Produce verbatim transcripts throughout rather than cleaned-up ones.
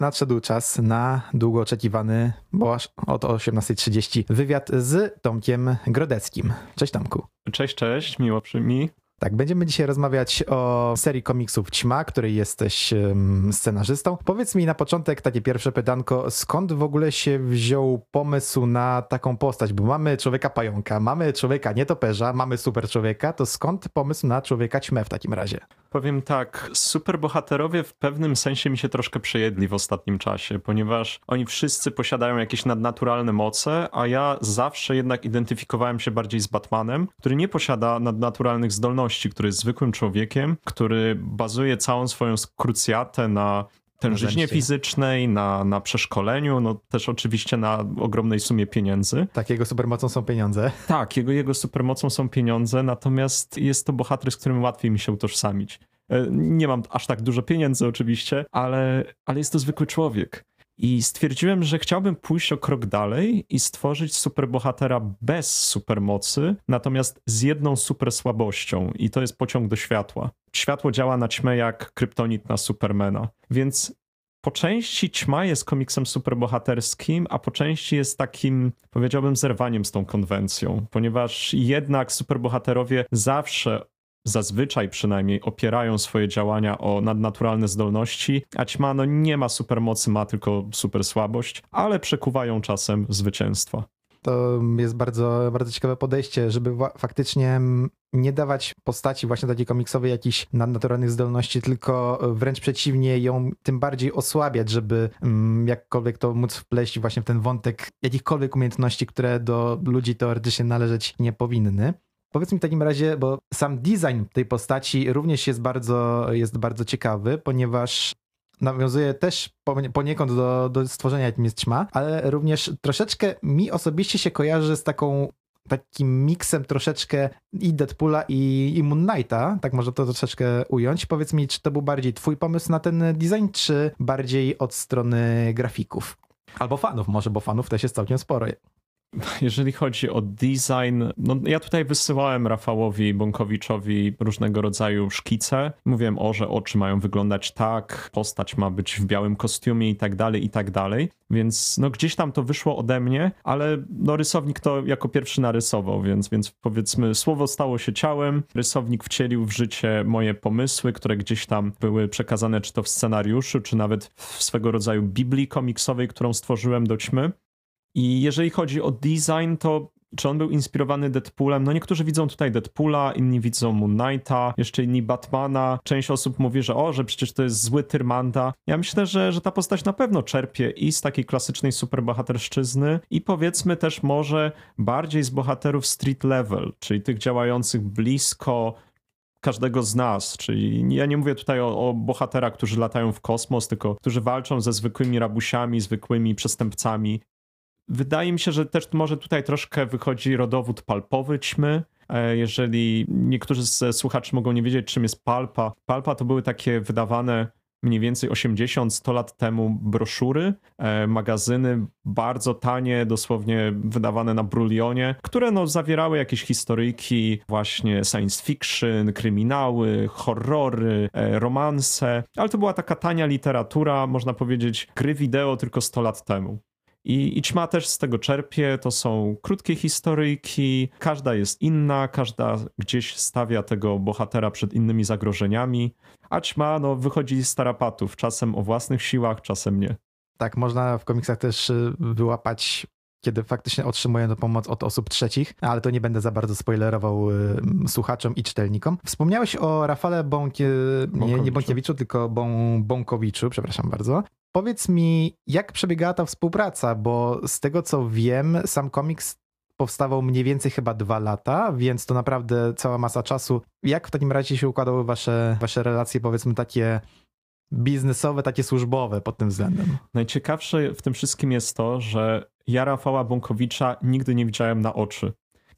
nadszedł czas na długo oczekiwany, bo aż od osiemnasta trzydzieści, wywiad z Tomkiem Grodeckim. Cześć Tomku. Cześć, cześć, miło przy mi. Tak, będziemy dzisiaj rozmawiać o serii komiksów Ćma, której jesteś um, scenarzystą. Powiedz mi na początek takie pierwsze pytanko, skąd w ogóle się wziął pomysł na taką postać? Bo mamy człowieka pająka, mamy człowieka nietoperza, mamy super człowieka, to skąd pomysł na człowieka ćmę w takim razie? Powiem tak, superbohaterowie w pewnym sensie mi się troszkę przejedli w ostatnim czasie, ponieważ oni wszyscy posiadają jakieś nadnaturalne moce, a ja zawsze jednak identyfikowałem się bardziej z Batmanem, który nie posiada nadnaturalnych zdolności, który jest zwykłym człowiekiem, który bazuje całą swoją krucjatę na tężyźnie fizycznej, na, na przeszkoleniu, no też oczywiście na ogromnej sumie pieniędzy. Tak, jego supermocą są pieniądze. Tak, jego, jego supermocą są pieniądze, natomiast jest to bohater, z którym łatwiej mi się utożsamić. Nie mam aż tak dużo pieniędzy oczywiście, ale, ale jest to zwykły człowiek. I stwierdziłem, że chciałbym pójść o krok dalej i stworzyć superbohatera bez supermocy, natomiast z jedną super słabością i to jest pociąg do światła. Światło działa na ćmę jak kryptonit na Supermana, więc po części Ćma jest komiksem superbohaterskim, a po części jest takim, powiedziałbym, zerwaniem z tą konwencją, ponieważ jednak superbohaterowie zawsze zazwyczaj przynajmniej opierają swoje działania o nadnaturalne zdolności, a Ćma no nie ma supermocy, ma tylko super słabość, ale przekuwają czasem zwycięstwa. To jest bardzo, bardzo ciekawe podejście, żeby faktycznie nie dawać postaci właśnie takiej komiksowej jakichś nadnaturalnych zdolności, tylko wręcz przeciwnie ją tym bardziej osłabiać, żeby um, jakkolwiek to móc wpleść właśnie w ten wątek jakichkolwiek umiejętności, które do ludzi teoretycznie należeć nie powinny. Powiedz mi w takim razie, bo sam design tej postaci również jest bardzo, jest bardzo ciekawy, ponieważ nawiązuje też poniekąd do, do stworzenia, jakim jest Ćma, ale również troszeczkę mi osobiście się kojarzy z taką takim miksem troszeczkę i Deadpoola i, i Moon Knighta, tak można to troszeczkę ująć. Powiedz mi, czy to był bardziej twój pomysł na ten design, czy bardziej od strony grafików? Albo fanów może, bo fanów też jest całkiem sporo. Jeżeli chodzi o design, no ja tutaj wysyłałem Rafałowi Bąkowiczowi różnego rodzaju szkice. Mówiłem o, że oczy mają wyglądać tak, postać ma być w białym kostiumie i tak dalej, i tak dalej. Więc no gdzieś tam to wyszło ode mnie, ale no rysownik to jako pierwszy narysował, więc, więc powiedzmy słowo stało się ciałem. Rysownik wcielił w życie moje pomysły, które gdzieś tam były przekazane czy to w scenariuszu, czy nawet w swego rodzaju biblii komiksowej, którą stworzyłem do Ćmy. I jeżeli chodzi o design, to czy on był inspirowany Deadpoolem? No niektórzy widzą tutaj Deadpoola, inni widzą Moon Knighta, jeszcze inni Batmana. Część osób mówi, że o, że przecież to jest zły Tyrmanda. Ja myślę, że, że ta postać na pewno czerpie i z takiej klasycznej superbohaterszczyzny i powiedzmy też może bardziej z bohaterów street level, czyli tych działających blisko każdego z nas, czyli ja nie mówię tutaj o, o bohaterach, którzy latają w kosmos, tylko którzy walczą ze zwykłymi rabusiami, zwykłymi przestępcami. Wydaje mi się, że też może tutaj troszkę wychodzi rodowód palpowy Ćmy. Jeżeli niektórzy z słuchaczy mogą nie wiedzieć, czym jest palpa. Palpa to były takie wydawane mniej więcej osiemdziesiąt sto lat temu broszury, magazyny bardzo tanie, dosłownie wydawane na brulionie, które no zawierały jakieś historyjki, właśnie science fiction, kryminały, horrory, romanse, ale to była taka tania literatura, można powiedzieć gry wideo tylko sto lat temu. I, I Ćma też z tego czerpie, to są krótkie historyjki, każda jest inna, każda gdzieś stawia tego bohatera przed innymi zagrożeniami, a Ćma no, wychodzi z tarapatów, czasem o własnych siłach, czasem nie. Tak, można w komiksach też wyłapać, kiedy faktycznie otrzymują pomoc od osób trzecich, ale to nie będę za bardzo spoilerował y, słuchaczom i czytelnikom. Wspomniałeś o Rafale Bąkie... nie, nie Bąkiewiczu, tylko Bą... Bąkowiczu, przepraszam bardzo. Powiedz mi, jak przebiegała ta współpraca, bo z tego co wiem, sam komiks powstawał mniej więcej chyba dwa lata, więc to naprawdę cała masa czasu. Jak w takim razie się układały wasze, wasze relacje, powiedzmy takie biznesowe, takie służbowe pod tym względem? Najciekawsze w tym wszystkim jest to, że ja Rafała Bąkowicza nigdy nie widziałem na oczy.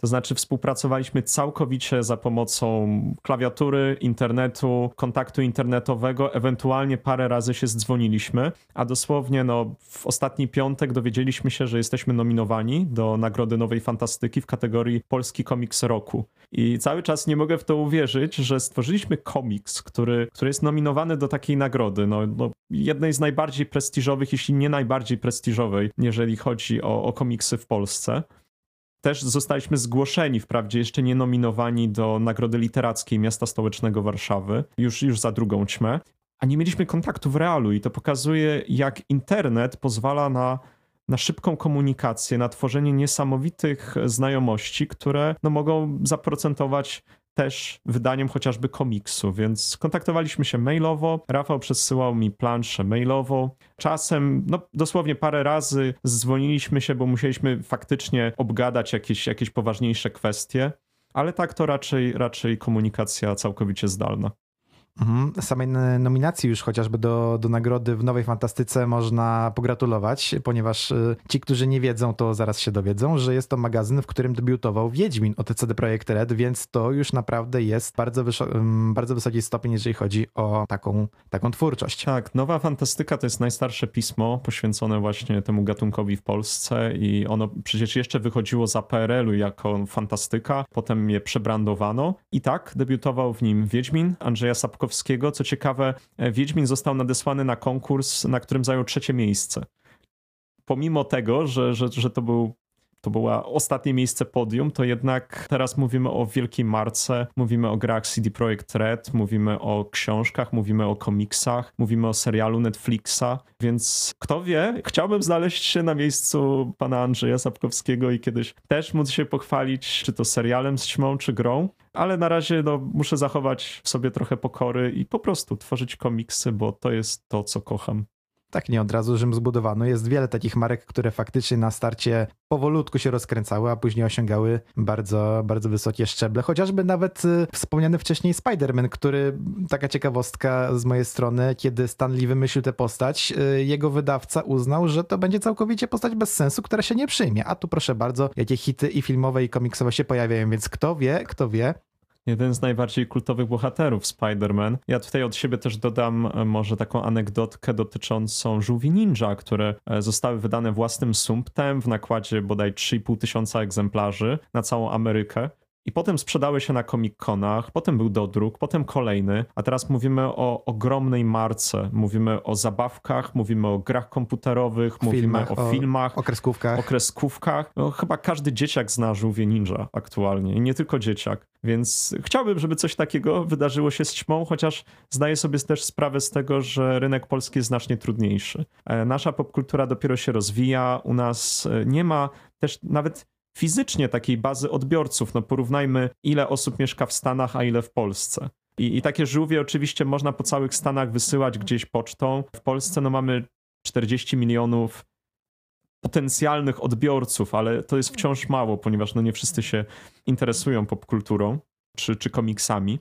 To znaczy współpracowaliśmy całkowicie za pomocą klawiatury, internetu, kontaktu internetowego, ewentualnie parę razy się zdzwoniliśmy, a dosłownie no, w ostatni piątek dowiedzieliśmy się, że jesteśmy nominowani do Nagrody Nowej Fantastyki w kategorii Polski Komiks Roku. I cały czas nie mogę w to uwierzyć, że stworzyliśmy komiks, który, który jest nominowany do takiej nagrody, no, no, jednej z najbardziej prestiżowych, jeśli nie najbardziej prestiżowej, jeżeli chodzi o, o komiksy w Polsce. Też zostaliśmy zgłoszeni, wprawdzie jeszcze nie nominowani do Nagrody Literackiej Miasta Stołecznego Warszawy, już, już za drugą ćmę, a nie mieliśmy kontaktu w realu i to pokazuje, jak internet pozwala na, na szybką komunikację, na tworzenie niesamowitych znajomości, które no, mogą zaprocentować też wydaniem chociażby komiksu, więc kontaktowaliśmy się mailowo, Rafał przesyłał mi planszę mailowo, czasem, no dosłownie parę razy dzwoniliśmy się, bo musieliśmy faktycznie obgadać jakieś, jakieś poważniejsze kwestie, ale tak to raczej, raczej komunikacja całkowicie zdalna. Mhm. Samej nominacji już chociażby do, do nagrody w Nowej Fantastyce można pogratulować, ponieważ ci, którzy nie wiedzą, to zaraz się dowiedzą, że jest to magazyn, w którym debiutował Wiedźmin od C D Projekt Red, więc to już naprawdę jest bardzo, wyszo- bardzo wysoki stopień, jeżeli chodzi o taką, taką twórczość. Tak, Nowa Fantastyka to jest najstarsze pismo poświęcone właśnie temu gatunkowi w Polsce i ono przecież jeszcze wychodziło za P R L-u jako fantastyka, potem je przebrandowano i tak debiutował w nim Wiedźmin Andrzeja Sapkowskiego. Co ciekawe, Wiedźmin został nadesłany na konkurs, na którym zajął trzecie miejsce. Pomimo tego, że, że, że to, był, to była ostatnie miejsce podium, to jednak teraz mówimy o wielkiej marce, mówimy o grach C D Projekt Red, mówimy o książkach, mówimy o komiksach, mówimy o serialu Netflixa, więc kto wie, chciałbym znaleźć się na miejscu pana Andrzeja Sapkowskiego i kiedyś też móc się pochwalić, czy to serialem z ćmą, czy grą. Ale na razie no, muszę zachować w sobie trochę pokory i po prostu tworzyć komiksy, bo to jest to, co kocham. Tak, nie od razu Rzym zbudowano. Jest wiele takich marek, które faktycznie na starcie powolutku się rozkręcały, a później osiągały bardzo, bardzo wysokie szczeble. Chociażby nawet y, wspomniany wcześniej Spider-Man, który, taka ciekawostka z mojej strony, kiedy Stan Lee wymyślił tę postać, y, jego wydawca uznał, że to będzie całkowicie postać bez sensu, która się nie przyjmie. A tu proszę bardzo, jakie hity i filmowe, i komiksowe się pojawiają, więc kto wie, kto wie, jeden z najbardziej kultowych bohaterów, Spider-Man. Ja tutaj od siebie też dodam może taką anegdotkę dotyczącą Żółwi Ninja, które zostały wydane własnym sumptem w nakładzie bodaj trzy i pół tysiąca egzemplarzy na całą Amerykę. I potem sprzedały się na Comic-Conach, potem był dodruk, potem kolejny, a teraz mówimy o ogromnej marce. Mówimy o zabawkach, mówimy o grach komputerowych, mówimy filmach, o, o filmach, o kreskówkach. O kreskówkach. No, chyba każdy dzieciak zna Żółwie Ninja aktualnie i nie tylko dzieciak. Więc chciałbym, żeby coś takiego wydarzyło się z ćmą, chociaż zdaję sobie też sprawę z tego, że rynek polski jest znacznie trudniejszy. Nasza popkultura dopiero się rozwija, u nas nie ma też nawet fizycznie takiej bazy odbiorców. No porównajmy, ile osób mieszka w Stanach, a ile w Polsce. I, i takie żółwie oczywiście można po całych Stanach wysyłać gdzieś pocztą. W Polsce no mamy czterdzieści milionów potencjalnych odbiorców, ale to jest wciąż mało, ponieważ no nie wszyscy się interesują popkulturą czy, czy komiksami.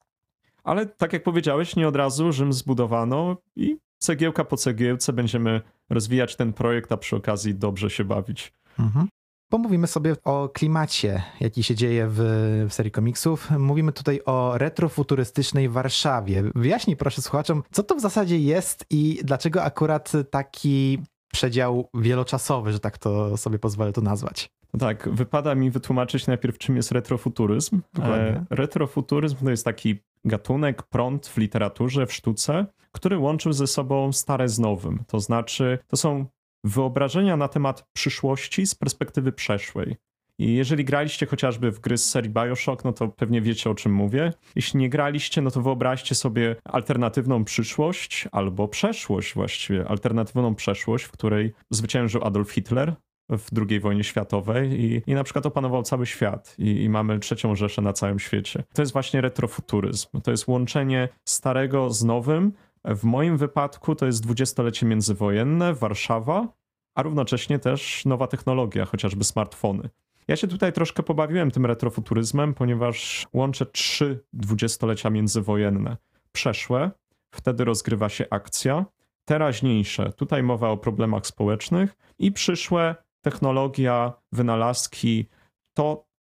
Ale tak jak powiedziałeś, nie od razu Rzym zbudowano i cegiełka po cegiełce będziemy rozwijać ten projekt, a przy okazji dobrze się bawić. Mhm. Pomówimy sobie o klimacie, jaki się dzieje w, w serii komiksów. Mówimy tutaj o retrofuturystycznej Warszawie. Wyjaśnij proszę słuchaczom, co to w zasadzie jest i dlaczego akurat taki przedział wieloczasowy, że tak to sobie pozwolę to nazwać. Tak, wypada mi wytłumaczyć najpierw, czym jest retrofuturyzm. Dokładnie. Retrofuturyzm to jest taki gatunek, prąd w literaturze, w sztuce, który łączył ze sobą stare z nowym. To znaczy, to są wyobrażenia na temat przyszłości z perspektywy przeszłej. I jeżeli graliście chociażby w gry z serii BioShock, no to pewnie wiecie, o czym mówię. Jeśli nie graliście, no to wyobraźcie sobie alternatywną przyszłość albo przeszłość właściwie. Alternatywną przeszłość, w której zwyciężył Adolf Hitler w drugiej wojnie światowej i, i na przykład opanował cały świat i, i mamy trzecią Rzeszę na całym świecie. To jest właśnie retrofuturyzm. To jest łączenie starego z nowym. W moim wypadku to jest dwudziestolecie międzywojenne, Warszawa, a równocześnie też nowa technologia, chociażby smartfony. Ja się tutaj troszkę pobawiłem tym retrofuturyzmem, ponieważ łączę trzy dwudziestolecia międzywojenne. Przeszłe, wtedy rozgrywa się akcja, teraźniejsze, tutaj mowa o problemach społecznych i przyszłe, technologia, wynalazki, to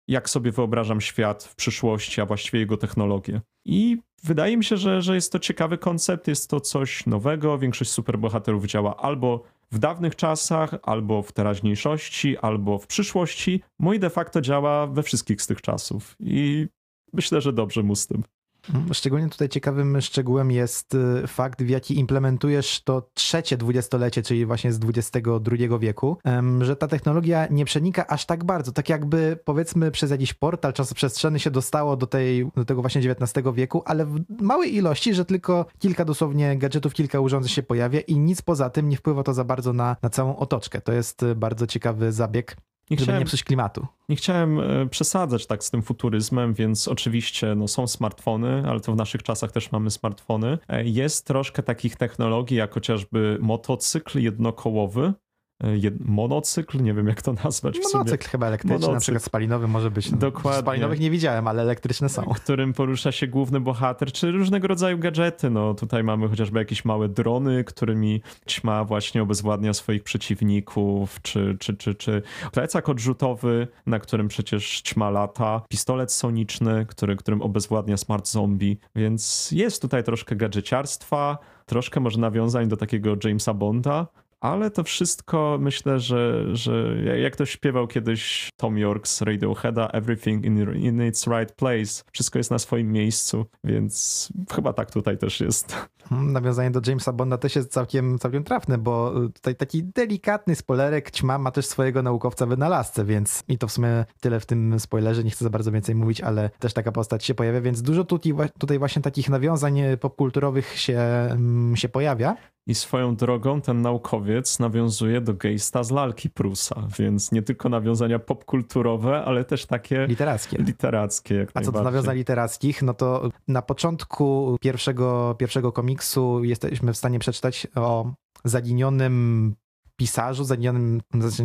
jak sobie wyobrażam świat w przyszłości, a właściwie jego technologię. I wydaje mi się, że, że jest to ciekawy koncept, jest to coś nowego. Większość superbohaterów działa albo w dawnych czasach, albo w teraźniejszości, albo w przyszłości. Mój de facto działa we wszystkich z tych czasów i myślę, że dobrze mu z tym. Szczególnie tutaj ciekawym szczegółem jest fakt, w jaki implementujesz to trzecie dwudziestolecie, czyli właśnie z dwudziestego drugiego wieku, że ta technologia nie przenika aż tak bardzo, tak jakby powiedzmy przez jakiś portal czasoprzestrzenny się dostało do, tej, do tego właśnie dziewiętnastego wieku, ale w małej ilości, że tylko kilka dosłownie gadżetów, kilka urządzeń się pojawia i nic poza tym nie wpływa to za bardzo na, na całą otoczkę. To jest bardzo ciekawy zabieg, Nie żeby chciałem, nie psuć klimatu. Nie chciałem przesadzać tak z tym futuryzmem, więc oczywiście no, są smartfony, ale to w naszych czasach też mamy smartfony. Jest troszkę takich technologii, jak chociażby motocykl jednokołowy, Jed... monocykl, nie wiem jak to nazwać w sumie. Monocykl chyba elektryczny, monocykl. Na przykład spalinowy może być. Dokładnie. Spalinowych nie widziałem, ale elektryczne są. W którym porusza się główny bohater, czy różnego rodzaju gadżety. No tutaj mamy chociażby jakieś małe drony, którymi ćma właśnie obezwładnia swoich przeciwników, czy, czy, czy, czy plecak odrzutowy, na którym przecież ćma lata, pistolet soniczny, który, którym obezwładnia smart zombie, więc jest tutaj troszkę gadżeciarstwa, troszkę może nawiązań do takiego Jamesa Bonda, ale to wszystko myślę, że, że jak ktoś śpiewał kiedyś Tom York z Radioheada, everything in, in its right place, wszystko jest na swoim miejscu, więc chyba tak tutaj też jest. Nawiązanie do Jamesa Bonda też jest całkiem, całkiem trafne, bo tutaj taki delikatny spoilerek, ćma ma też swojego naukowca wynalazcę, więc i to w sumie tyle w tym spoilerze, nie chcę za bardzo więcej mówić, ale też taka postać się pojawia, więc dużo tutaj, tutaj właśnie takich nawiązań popkulturowych się, się pojawia. I swoją drogą ten naukowiec nawiązuje do Geista z lalki Prusa, więc nie tylko nawiązania popkulturowe, ale też takie literackie. literackie jak A co do nawiązań literackich, no to na początku pierwszego, pierwszego komiksu jesteśmy w stanie przeczytać o zaginionym pisarzu, zaginionym,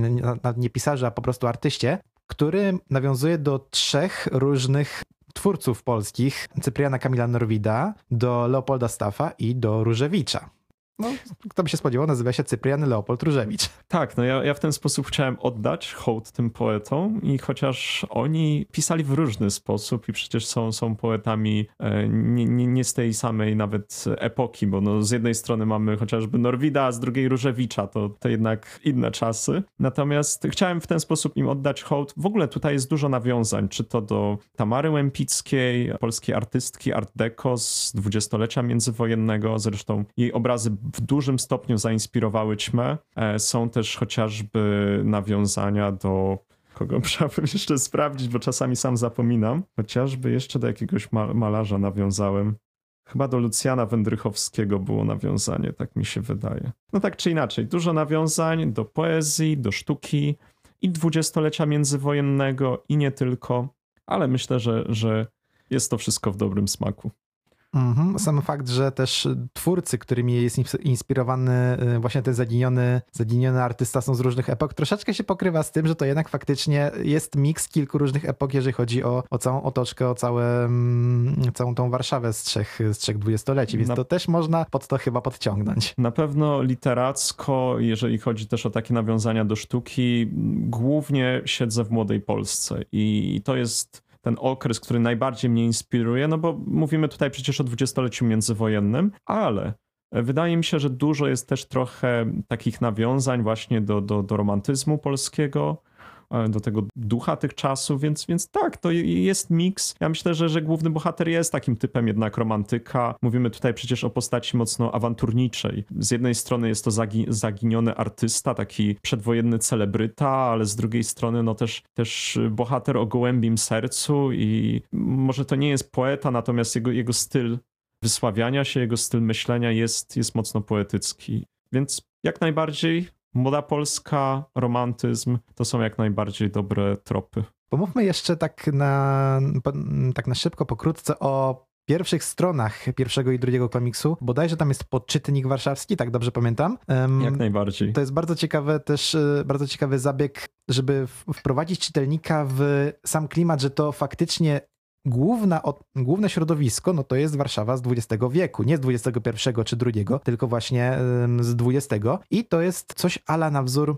nie pisarzu, a po prostu artyście, który nawiązuje do trzech różnych twórców polskich, Cypriana Kamila Norwida, do Leopolda Staffa i do Różewicza. No, kto by się spodziewał, nazywa się Cyprian Leopold Różewicz. Tak, no ja, ja w ten sposób chciałem oddać hołd tym poetom i chociaż oni pisali w różny sposób i przecież są, są poetami nie, nie, nie z tej samej nawet epoki, bo no z jednej strony mamy chociażby Norwida, a z drugiej Różewicza, to, to jednak inne czasy. Natomiast chciałem w ten sposób im oddać hołd. W ogóle tutaj jest dużo nawiązań, czy to do Tamary Łempickiej, polskiej artystki Art Deco z dwudziestolecia międzywojennego, zresztą jej obrazy w dużym stopniu zainspirowały ćmę. Są też chociażby nawiązania do... Kogo musiałbym jeszcze sprawdzić, bo czasami sam zapominam. Chociażby jeszcze do jakiegoś malarza nawiązałem. Chyba do Lucjana Wędrychowskiego było nawiązanie, tak mi się wydaje. No tak czy inaczej, dużo nawiązań do poezji, do sztuki i dwudziestolecia międzywojennego i nie tylko, ale myślę, że, że jest to wszystko w dobrym smaku. Mhm. Sam fakt, że też twórcy, którymi jest inspirowany właśnie ten zaginiony, zaginiony artysta, są z różnych epok, troszeczkę się pokrywa z tym, że to jednak faktycznie jest miks kilku różnych epok, jeżeli chodzi o, o całą otoczkę, o całe, całą tą Warszawę z trzech, z trzech dwudziestoleci, więc na... to też można pod to chyba podciągnąć. Na pewno literacko, jeżeli chodzi też o takie nawiązania do sztuki, głównie siedzę w Młodej Polsce i to jest ten okres, który najbardziej mnie inspiruje, no bo mówimy tutaj przecież o dwudziestoleciu międzywojennym, ale wydaje mi się, że dużo jest też trochę takich nawiązań właśnie do, do, do romantyzmu polskiego, do tego ducha tych czasów, więc, więc tak, to jest miks. Ja myślę, że, że główny bohater jest takim typem jednak romantyka. Mówimy tutaj przecież o postaci mocno awanturniczej. Z jednej strony jest to zagi- zaginiony artysta, taki przedwojenny celebryta, ale z drugiej strony no też, też bohater o gołębim sercu i może to nie jest poeta, natomiast jego, jego styl wysławiania się, jego styl myślenia jest, jest mocno poetycki. Więc jak najbardziej Młoda Polska, romantyzm to są jak najbardziej dobre tropy. Pomówmy jeszcze tak na, tak na szybko, pokrótce o pierwszych stronach pierwszego i drugiego komiksu. Bodajże tam jest podczytnik warszawski, tak dobrze pamiętam. Um, jak najbardziej. To jest bardzo ciekawe też, bardzo ciekawy zabieg, żeby wprowadzić czytelnika w sam klimat, że to faktycznie Główna, główne środowisko, no to jest Warszawa z dwudziestego wieku, nie z dwudziestego pierwszego czy drugiego, tylko właśnie z dwudziestego. I to jest coś ala na wzór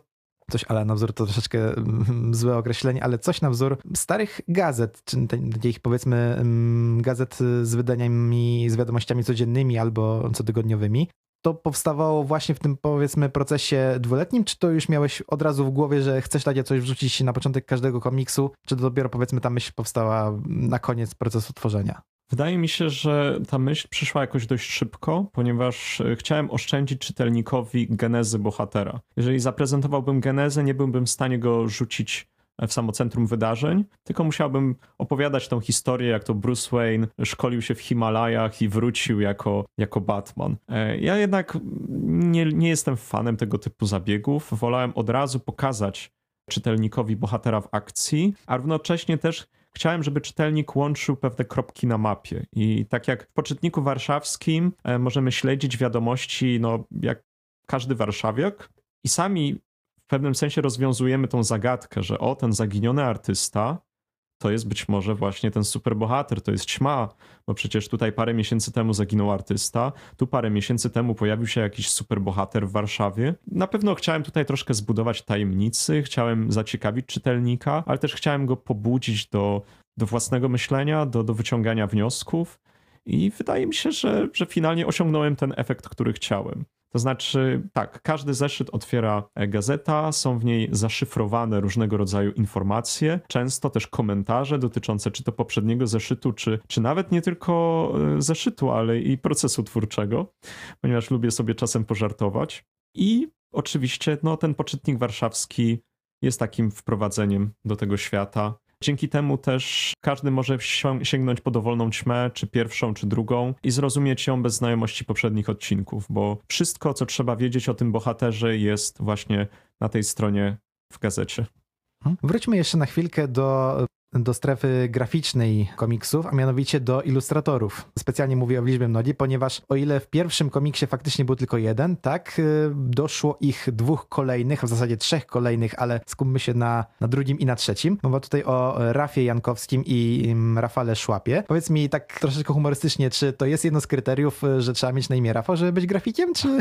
coś ala na wzór to troszeczkę mm, złe określenie, ale coś na wzór starych gazet, czy takich powiedzmy mm, gazet z wydaniami, z wiadomościami codziennymi albo cotygodniowymi. To powstawało właśnie w tym, powiedzmy, procesie dwuletnim, czy to już miałeś od razu w głowie, że chcesz takie coś wrzucić na początek każdego komiksu, czy to dopiero, powiedzmy, ta myśl powstała na koniec procesu tworzenia? Wydaje mi się, że ta myśl przyszła jakoś dość szybko, ponieważ chciałem oszczędzić czytelnikowi genezy bohatera. Jeżeli zaprezentowałbym genezę, nie byłbym w stanie go rzucić w samo centrum wydarzeń, tylko musiałbym opowiadać tą historię, jak to Bruce Wayne szkolił się w Himalajach i wrócił jako, jako Batman. Ja jednak nie, nie jestem fanem tego typu zabiegów. Wolałem od razu pokazać czytelnikowi bohatera w akcji, a równocześnie też chciałem, żeby czytelnik łączył pewne kropki na mapie. I tak jak w Poczytniku Warszawskim możemy śledzić wiadomości, no jak każdy warszawiak i sami w pewnym sensie rozwiązujemy tą zagadkę, że o, ten zaginiony artysta to jest być może właśnie ten superbohater, to jest ćma, bo przecież tutaj parę miesięcy temu zaginął artysta, tu parę miesięcy temu pojawił się jakiś superbohater w Warszawie. Na pewno chciałem tutaj troszkę zbudować tajemnicy, chciałem zaciekawić czytelnika, ale też chciałem go pobudzić do, do własnego myślenia, do, do wyciągania wniosków i wydaje mi się, że, że finalnie osiągnąłem ten efekt, który chciałem. To znaczy, tak, każdy zeszyt otwiera gazeta, są w niej zaszyfrowane różnego rodzaju informacje, często też komentarze dotyczące czy to poprzedniego zeszytu, czy, czy nawet nie tylko zeszytu, ale i procesu twórczego, ponieważ lubię sobie czasem pożartować. I oczywiście no, ten Poczytnik Warszawski jest takim wprowadzeniem do tego świata. Dzięki temu też każdy może sięgnąć po dowolną ćmę, czy pierwszą, czy drugą i zrozumieć ją bez znajomości poprzednich odcinków, bo wszystko, co trzeba wiedzieć o tym bohaterze jest właśnie na tej stronie w gazecie. Wróćmy jeszcze na chwilkę do, do strefy graficznej komiksów, a mianowicie do ilustratorów. Specjalnie mówię o liczbie mnogiej, ponieważ o ile w pierwszym komiksie faktycznie był tylko jeden, tak doszło ich dwóch kolejnych, w zasadzie trzech kolejnych, ale skupmy się na, na drugim i na trzecim. Mowa tutaj o Rafie Jankowskim i Rafale Szłapie. Powiedz mi tak troszeczkę humorystycznie, czy to jest jedno z kryteriów, że trzeba mieć na imię Rafał, żeby być grafikiem, czy...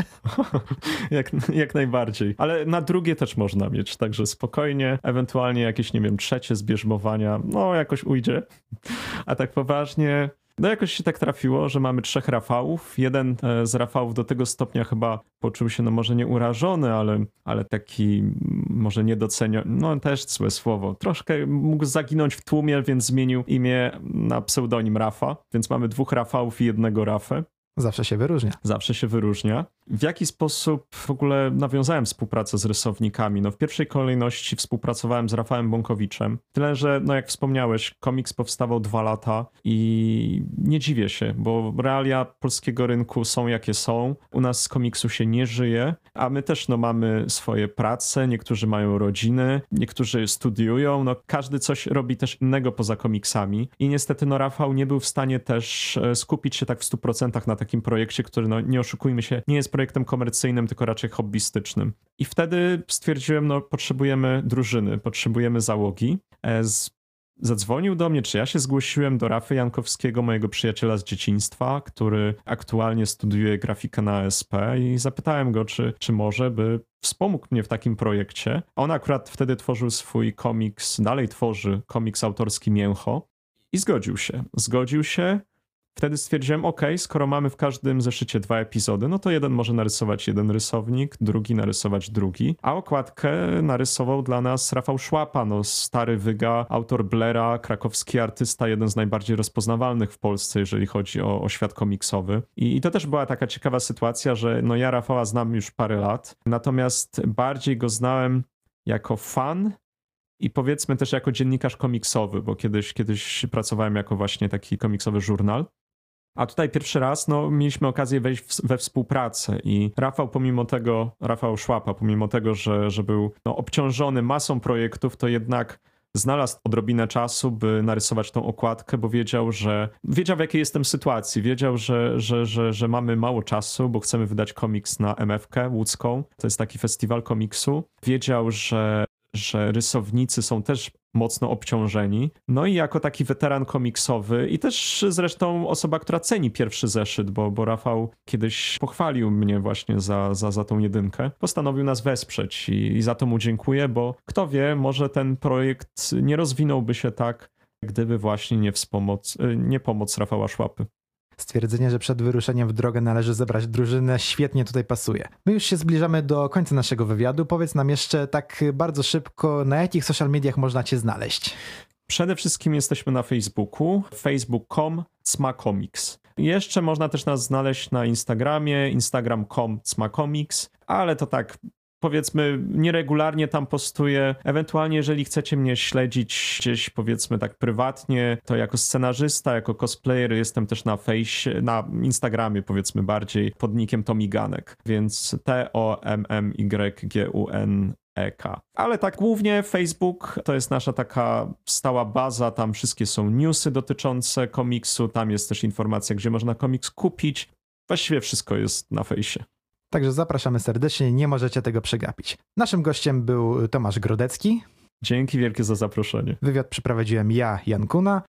jak, jak najbardziej. Ale na drugie też można mieć, także spokojnie. Ewentualnie jakieś, nie wiem, trzecie zbierzmowania, no jakoś ujdzie. A tak poważnie, no jakoś się tak trafiło, że mamy trzech Rafałów. Jeden z Rafałów do tego stopnia chyba poczuł się, no może nie urażony, ale, ale taki może niedoceniony, no też złe słowo. Troszkę mógł zaginąć w tłumie, więc zmienił imię na pseudonim Rafa. Więc mamy dwóch Rafałów i jednego Rafę. Zawsze się wyróżnia. Zawsze się wyróżnia. W jaki sposób w ogóle nawiązałem współpracę z rysownikami? No w pierwszej kolejności współpracowałem z Rafałem Bąkowiczem. Tyle, że no jak wspomniałeś, komiks powstawał dwa lata i nie dziwię się, bo realia polskiego rynku są jakie są. U nas z komiksu się nie żyje, a my też no mamy swoje prace, niektórzy mają rodziny, niektórzy studiują, no każdy coś robi też innego poza komiksami i niestety no Rafał nie był w stanie też skupić się tak w stu procentach na takim projekcie, który no nie oszukujmy się, nie jest projektem komercyjnym, tylko raczej hobbystycznym. I wtedy stwierdziłem, no potrzebujemy drużyny, potrzebujemy załogi. Z... Zadzwonił do mnie, czy ja się zgłosiłem do Rafy Jankowskiego, mojego przyjaciela z dzieciństwa, który aktualnie studiuje grafikę na A S P i zapytałem go, czy, czy może by wspomógł mnie w takim projekcie. On akurat wtedy tworzył swój komiks, dalej tworzy komiks autorski Mięcho i zgodził się. Zgodził się. Wtedy stwierdziłem, ok, skoro mamy w każdym zeszycie dwa epizody, no to jeden może narysować jeden rysownik, drugi narysować drugi, a okładkę narysował dla nas Rafał Szłapa, no stary wyga, autor Blera, krakowski artysta, jeden z najbardziej rozpoznawalnych w Polsce, jeżeli chodzi o, o świat komiksowy. I, I to też była taka ciekawa sytuacja, że no ja Rafała znam już parę lat, natomiast bardziej go znałem jako fan i powiedzmy też jako dziennikarz komiksowy, bo kiedyś, kiedyś pracowałem jako właśnie taki komiksowy żurnal. A tutaj pierwszy raz no, mieliśmy okazję wejść w, we współpracę i Rafał pomimo tego, Rafał Szłapa, pomimo tego, że, że był no, obciążony masą projektów, to jednak znalazł odrobinę czasu, by narysować tą okładkę, bo wiedział, że wiedział w jakiej jestem sytuacji, wiedział, że, że, że, że mamy mało czasu, bo chcemy wydać komiks na em ef kę łódzką, to jest taki festiwal komiksu. Wiedział, że że rysownicy są też mocno obciążeni. No i jako taki weteran komiksowy i też zresztą osoba, która ceni pierwszy zeszyt, bo, bo Rafał kiedyś pochwalił mnie właśnie za, za, za tą jedynkę, postanowił nas wesprzeć i, i za to mu dziękuję, bo kto wie, może ten projekt nie rozwinąłby się tak, gdyby właśnie nie wspomoc, nie pomoc Rafała Szłapy. Stwierdzenie, że przed wyruszeniem w drogę należy zebrać drużynę, świetnie tutaj pasuje. My już się zbliżamy do końca naszego wywiadu. Powiedz nam jeszcze tak bardzo szybko, na jakich social mediach można cię znaleźć? Przede wszystkim jesteśmy na Facebooku, facebook kropka com cmacomics. Jeszcze można też nas znaleźć na Instagramie, instagram kropka com cmacomics, ale to tak... Powiedzmy, nieregularnie tam postuję. Ewentualnie, jeżeli chcecie mnie śledzić gdzieś, powiedzmy tak prywatnie, to jako scenarzysta, jako cosplayer jestem też na Face, na Instagramie powiedzmy bardziej pod nickiem Tomiganek, więc T O M M Y G U N E K. Ale tak głównie Facebook to jest nasza taka stała baza, tam wszystkie są newsy dotyczące komiksu, tam jest też informacja, gdzie można komiks kupić. Właściwie wszystko jest na fejsie. Także zapraszamy serdecznie, nie możecie tego przegapić. Naszym gościem był Tomasz Grodecki. Dzięki wielkie za zaproszenie. Wywiad przeprowadziłem ja, Jan Kuna.